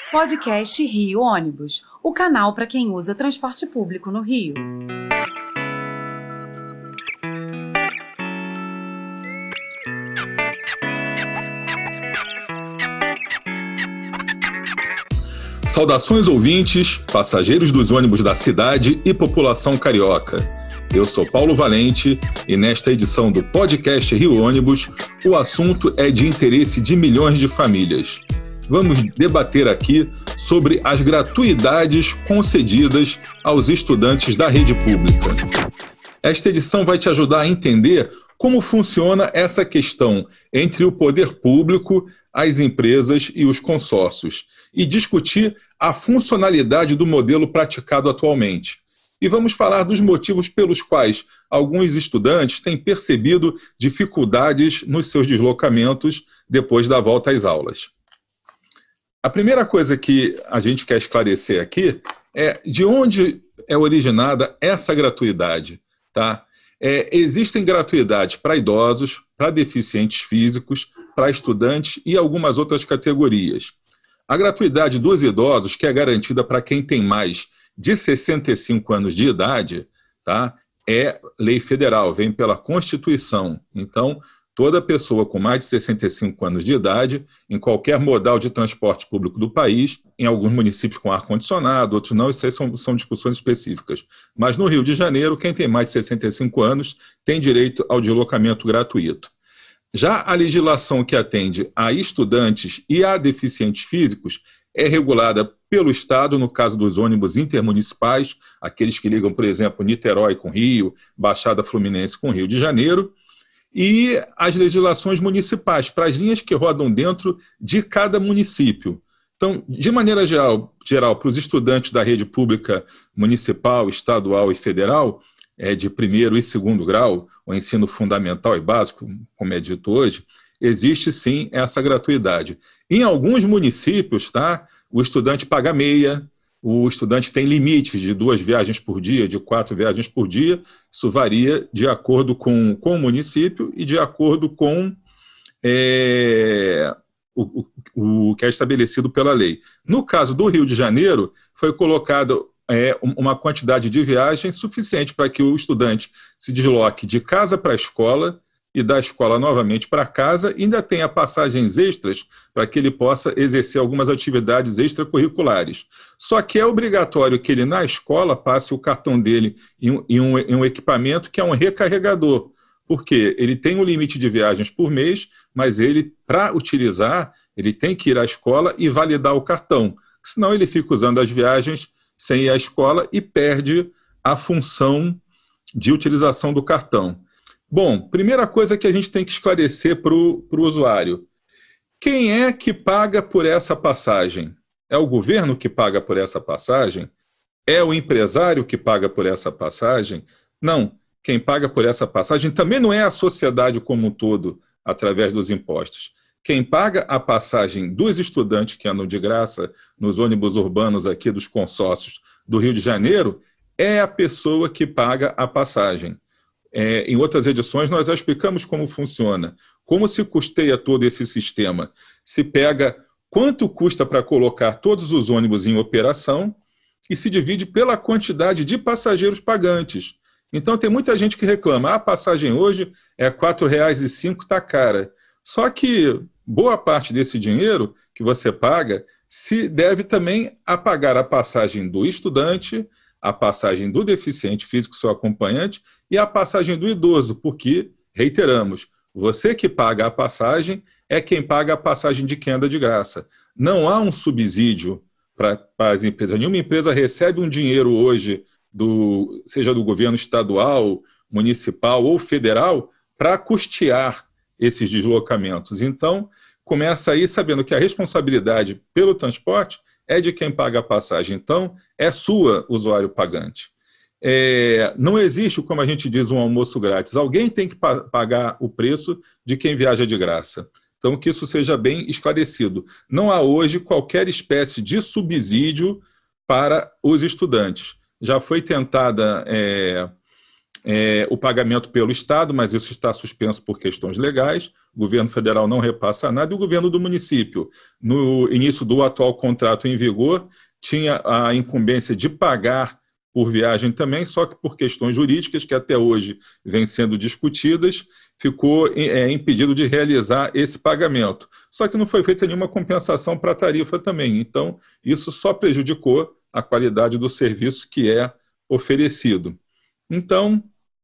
Podcast Rio Ônibus, o canal para quem usa transporte público no Rio. Saudações ouvintes, passageiros dos ônibus da cidade e população carioca. Eu sou Paulo Valente e nesta edição do podcast Rio Ônibus, o assunto é de interesse de milhões de famílias. Vamos debater aqui sobre as gratuidades concedidas aos estudantes da rede pública. Esta edição vai te ajudar a entender como funciona essa questão entre o poder público, as empresas e os consórcios, e discutir a funcionalidade do modelo praticado atualmente. E vamos falar dos motivos pelos quais alguns estudantes têm percebido dificuldades nos seus deslocamentos depois da volta às aulas. A primeira coisa que a gente quer esclarecer aqui é de onde é originada essa gratuidade, tá? Existem gratuidades para idosos, para deficientes físicos, para estudantes e algumas outras categorias. A gratuidade dos idosos, que é garantida para quem tem mais de 65 anos de idade, tá? É lei federal, vem pela Constituição. Então, toda pessoa com mais de 65 anos de idade, em qualquer modal de transporte público do país, em alguns municípios com ar-condicionado, outros não, isso aí são discussões específicas. Mas no Rio de Janeiro, quem tem mais de 65 anos tem direito ao deslocamento gratuito. Já a legislação que atende a estudantes e a deficientes físicos é regulada pelo Estado, no caso dos ônibus intermunicipais, aqueles que ligam, por exemplo, Niterói com Rio, Baixada Fluminense com Rio de Janeiro, e as legislações municipais, para as linhas que rodam dentro de cada município. Então, de maneira geral para os estudantes da rede pública municipal, estadual e federal, de primeiro e segundo grau, o ensino fundamental e básico, como é dito hoje, existe sim essa gratuidade. Em alguns municípios, tá, o estudante paga meia, o estudante tem limites de 2 viagens por dia, de 4 viagens por dia, isso varia de acordo com o município e de acordo com o que é estabelecido pela lei. No caso do Rio de Janeiro, foi colocado uma quantidade de viagens suficiente para que o estudante se desloque de casa para a escola e da escola novamente para casa, e ainda tenha passagens extras para que ele possa exercer algumas atividades extracurriculares. Só que é obrigatório que ele, na escola, passe o cartão dele em um equipamento que é um recarregador, porque ele tem um limite de viagens por mês, mas ele, para utilizar, ele tem que ir à escola e validar o cartão, senão ele fica usando as viagens sem ir à escola e perde a função de utilização do cartão. Bom, primeira coisa que a gente tem que esclarecer para o usuário. Quem é que paga por essa passagem? É o governo que paga por essa passagem? É o empresário que paga por essa passagem? Não. Quem paga por essa passagem também não é a sociedade como um todo, através dos impostos. Quem paga a passagem dos estudantes que andam de graça nos ônibus urbanos aqui dos consórcios do Rio de Janeiro é a pessoa que paga a passagem. Em outras edições, nós já explicamos como funciona, como se custeia todo esse sistema. Se pega quanto custa para colocar todos os ônibus em operação e se divide pela quantidade de passageiros pagantes. Então, tem muita gente que reclama, a passagem hoje é R$ 4,05, está cara. Só que boa parte desse dinheiro que você paga se deve também a pagar a passagem do estudante, a passagem do deficiente físico, seu acompanhante, e a passagem do idoso, porque, reiteramos, você que paga a passagem é quem paga a passagem de quem anda de graça. Não há um subsídio para as empresas. Nenhuma empresa recebe um dinheiro hoje, seja do governo estadual, municipal ou federal, para custear esses deslocamentos. Então, começa aí sabendo que a responsabilidade pelo transporte é de quem paga a passagem. Então, é sua, usuário pagante. Não existe, como a gente diz, um almoço grátis. Alguém tem que pagar o preço de quem viaja de graça. Então, que isso seja bem esclarecido. Não há hoje qualquer espécie de subsídio para os estudantes. Já foi tentada o pagamento pelo Estado, mas isso está suspenso por questões legais. O governo federal não repassa nada e o governo do município, no início do atual contrato em vigor, tinha a incumbência de pagar por viagem também, só que por questões jurídicas, que até hoje vêm sendo discutidas, ficou impedido de realizar esse pagamento. Só que não foi feita nenhuma compensação para a tarifa também. Então, isso só prejudicou a qualidade do serviço que é oferecido. Então,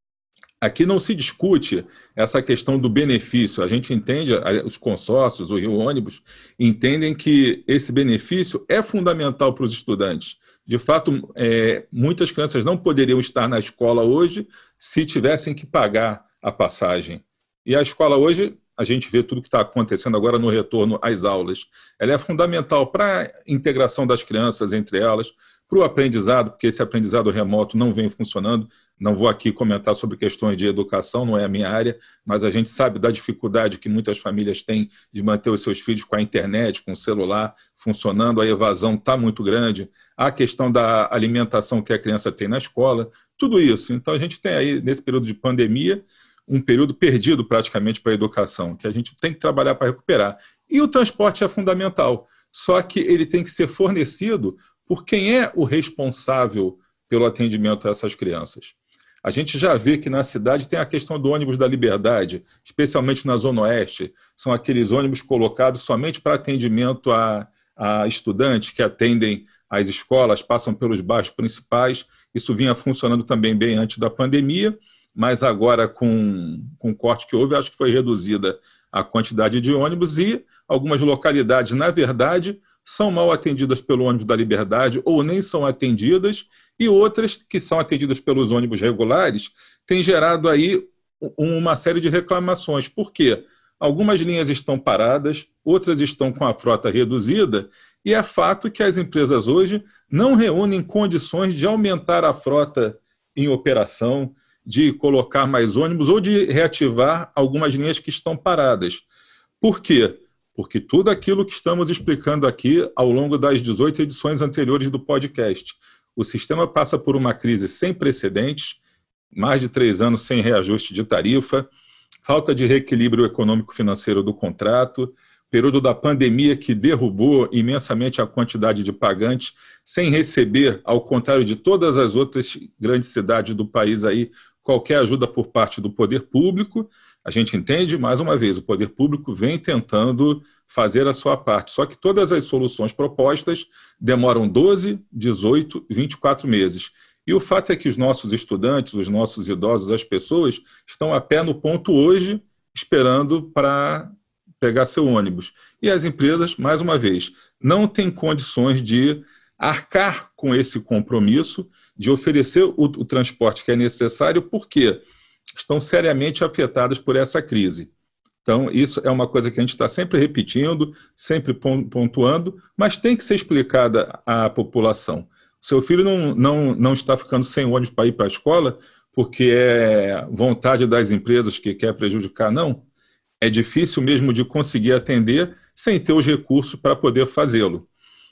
aqui não se discute essa questão do benefício. A gente entende, os consórcios, o Rio Ônibus, entendem que esse benefício é fundamental para os estudantes. De fato, muitas crianças não poderiam estar na escola hoje se tivessem que pagar a passagem. E a escola hoje, a gente vê tudo que está acontecendo agora no retorno às aulas. Ela é fundamental para a integração das crianças entre elas, para o aprendizado, porque esse aprendizado remoto não vem funcionando. Não vou aqui comentar sobre questões de educação, não é a minha área, mas a gente sabe da dificuldade que muitas famílias têm de manter os seus filhos com a internet, com o celular funcionando, a evasão está muito grande, a questão da alimentação que a criança tem na escola, tudo isso. Então a gente tem aí, nesse período de pandemia, um período perdido praticamente para a educação, que a gente tem que trabalhar para recuperar. E o transporte é fundamental, só que ele tem que ser fornecido por quem é o responsável pelo atendimento a essas crianças. A gente já vê que na cidade tem a questão do ônibus da Liberdade, especialmente na Zona Oeste. São aqueles ônibus colocados somente para atendimento a estudantes que atendem às escolas, passam pelos bairros principais. Isso vinha funcionando também bem antes da pandemia, mas agora com o corte que houve, acho que foi reduzida a quantidade de ônibus e algumas localidades, na verdade, são mal atendidas pelo ônibus da Liberdade ou nem são atendidas, e outras que são atendidas pelos ônibus regulares têm gerado aí uma série de reclamações. Por quê? Algumas linhas estão paradas, outras estão com a frota reduzida, e é fato que as empresas hoje não reúnem condições de aumentar a frota em operação, de colocar mais ônibus ou de reativar algumas linhas que estão paradas. Por quê? Porque tudo aquilo que estamos explicando aqui ao longo das 18 edições anteriores do podcast. O sistema passa por uma crise sem precedentes, mais de 3 anos sem reajuste de tarifa, falta de reequilíbrio econômico-financeiro do contrato, período da pandemia que derrubou imensamente a quantidade de pagantes, sem receber, ao contrário de todas as outras grandes cidades do país aí, qualquer ajuda por parte do poder público. A gente entende, mais uma vez, o poder público vem tentando fazer a sua parte, só que todas as soluções propostas demoram 12, 18, 24 meses. E o fato é que os nossos estudantes, os nossos idosos, as pessoas, estão a pé no ponto hoje, esperando para pegar seu ônibus. E as empresas, mais uma vez, não têm condições de arcar com esse compromisso, de oferecer o transporte que é necessário, porque estão seriamente afetadas por essa crise. Então, isso é uma coisa que a gente está sempre repetindo, sempre pontuando, mas tem que ser explicada à população. Seu filho não está ficando sem ônibus para ir para a escola porque é vontade das empresas que quer prejudicar, não. É difícil mesmo de conseguir atender sem ter os recursos para poder fazê-lo.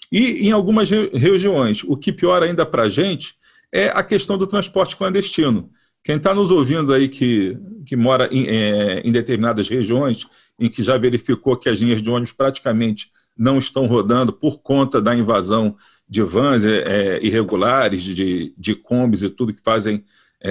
E em algumas regiões, o que piora ainda para a gente é a questão do transporte clandestino. Quem está nos ouvindo aí que mora em determinadas regiões, em que já verificou que as linhas de ônibus praticamente não estão rodando por conta da invasão de vans irregulares, de combis e tudo que fazem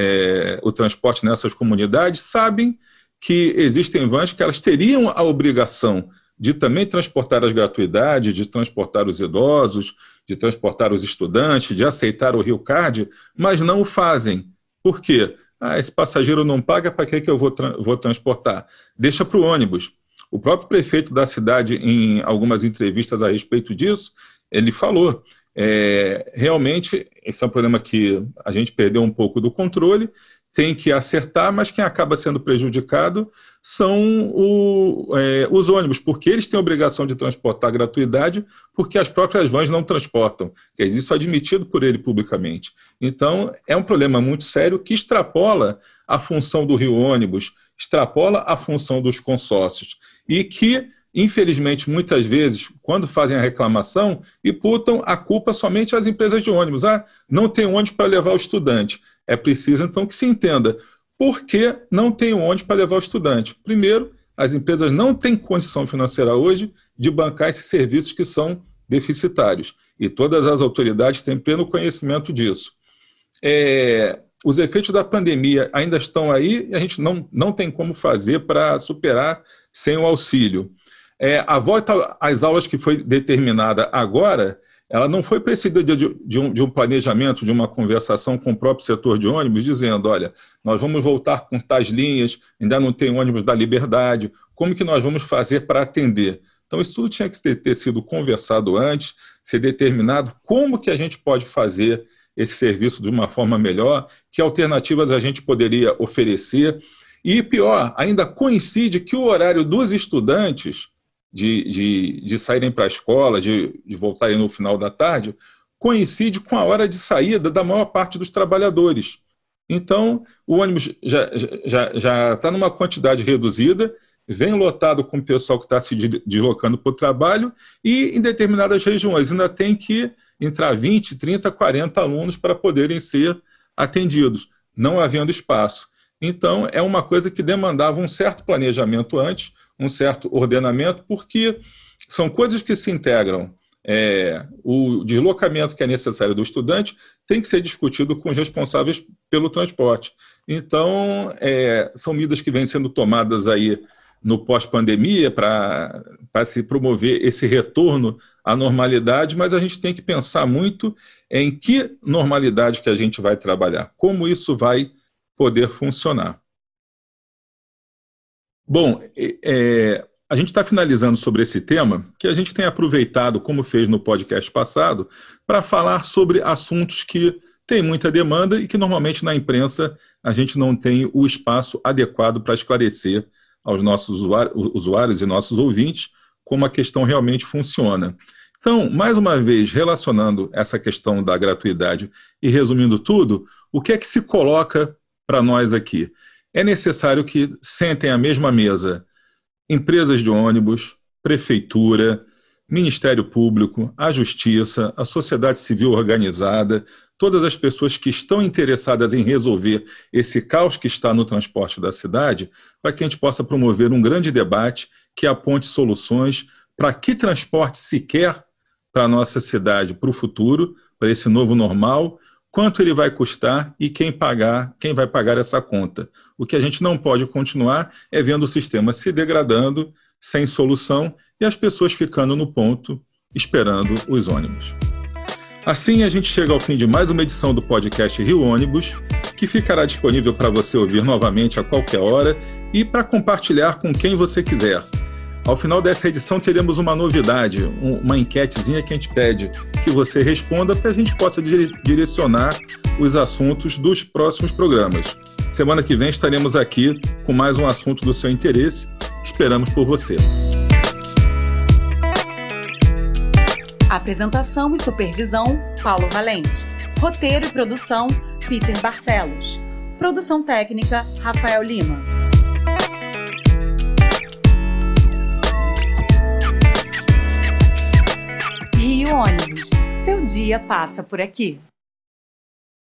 o transporte nessas comunidades, sabem que existem vans que elas teriam a obrigação de também transportar as gratuidades, de transportar os idosos, de transportar os estudantes, de aceitar o Rio Card, mas não o fazem. Por quê? Esse passageiro não paga, para que eu vou transportar? Deixa para o ônibus. O próprio prefeito da cidade, em algumas entrevistas a respeito disso, ele falou, realmente, esse é um problema que a gente perdeu um pouco do controle, tem que acertar, mas quem acaba sendo prejudicado são os ônibus, porque eles têm a obrigação de transportar gratuidade, porque as próprias vans não transportam. Isso é admitido por ele publicamente. Então, é um problema muito sério que extrapola a função do Rio Ônibus, extrapola a função dos consórcios, e que, infelizmente, muitas vezes, quando fazem a reclamação, imputam a culpa somente às empresas de ônibus. Não tem ônibus para levar o estudante. É preciso, então, que se entenda por que não tem ônibus para levar o estudante. Primeiro, as empresas não têm condição financeira hoje de bancar esses serviços que são deficitários. E todas as autoridades têm pleno conhecimento disso. Os efeitos da pandemia ainda estão aí e a gente não tem como fazer para superar sem o auxílio. A volta às aulas que foi determinada agora, ela não foi precedida de um planejamento, de uma conversação com o próprio setor de ônibus, dizendo, olha, nós vamos voltar com tais linhas, ainda não tem ônibus da Liberdade, como que nós vamos fazer para atender? Então, isso tudo tinha que ter sido conversado antes, ser determinado como que a gente pode fazer esse serviço de uma forma melhor, que alternativas a gente poderia oferecer. E, pior, ainda coincide que o horário dos estudantes de saírem para a escola, de voltarem no final da tarde, coincide com a hora de saída da maior parte dos trabalhadores. Então, o ônibus já está numa quantidade reduzida, vem lotado com o pessoal que está se deslocando para o trabalho e, em determinadas regiões, ainda tem que entrar 20, 30, 40 alunos para poderem ser atendidos, não havendo espaço. Então, é uma coisa que demandava um certo planejamento antes, um certo ordenamento, porque são coisas que se integram. O deslocamento que é necessário do estudante tem que ser discutido com os responsáveis pelo transporte. Então, são medidas que vêm sendo tomadas aí no pós-pandemia para se promover esse retorno à normalidade, mas a gente tem que pensar muito em que normalidade que a gente vai trabalhar, como isso vai poder funcionar. Bom, a gente está finalizando sobre esse tema, que a gente tem aproveitado, como fez no podcast passado, para falar sobre assuntos que têm muita demanda e que normalmente na imprensa a gente não tem o espaço adequado para esclarecer aos nossos usuários e nossos ouvintes como a questão realmente funciona. Então, mais uma vez, relacionando essa questão da gratuidade e resumindo tudo, o que é que se coloca para nós aqui? É necessário que sentem à mesma mesa empresas de ônibus, prefeitura, Ministério Público, a Justiça, a sociedade civil organizada, todas as pessoas que estão interessadas em resolver esse caos que está no transporte da cidade, para que a gente possa promover um grande debate que aponte soluções para que transporte se quer para a nossa cidade, para o futuro, para esse novo normal, quanto ele vai custar e quem vai pagar essa conta. O que a gente não pode continuar é vendo o sistema se degradando, sem solução, e as pessoas ficando no ponto, esperando os ônibus. Assim, a gente chega ao fim de mais uma edição do podcast Rio Ônibus, que ficará disponível para você ouvir novamente a qualquer hora e para compartilhar com quem você quiser. Ao final dessa edição teremos uma novidade, uma enquetezinha que a gente pede que você responda para que a gente possa direcionar os assuntos dos próximos programas. Semana que vem estaremos aqui com mais um assunto do seu interesse. Esperamos por você. Apresentação e supervisão, Paulo Valente. Roteiro e produção, Peter Barcelos. Produção técnica, Rafael Lima. Rio Ônibus. Seu dia passa por aqui.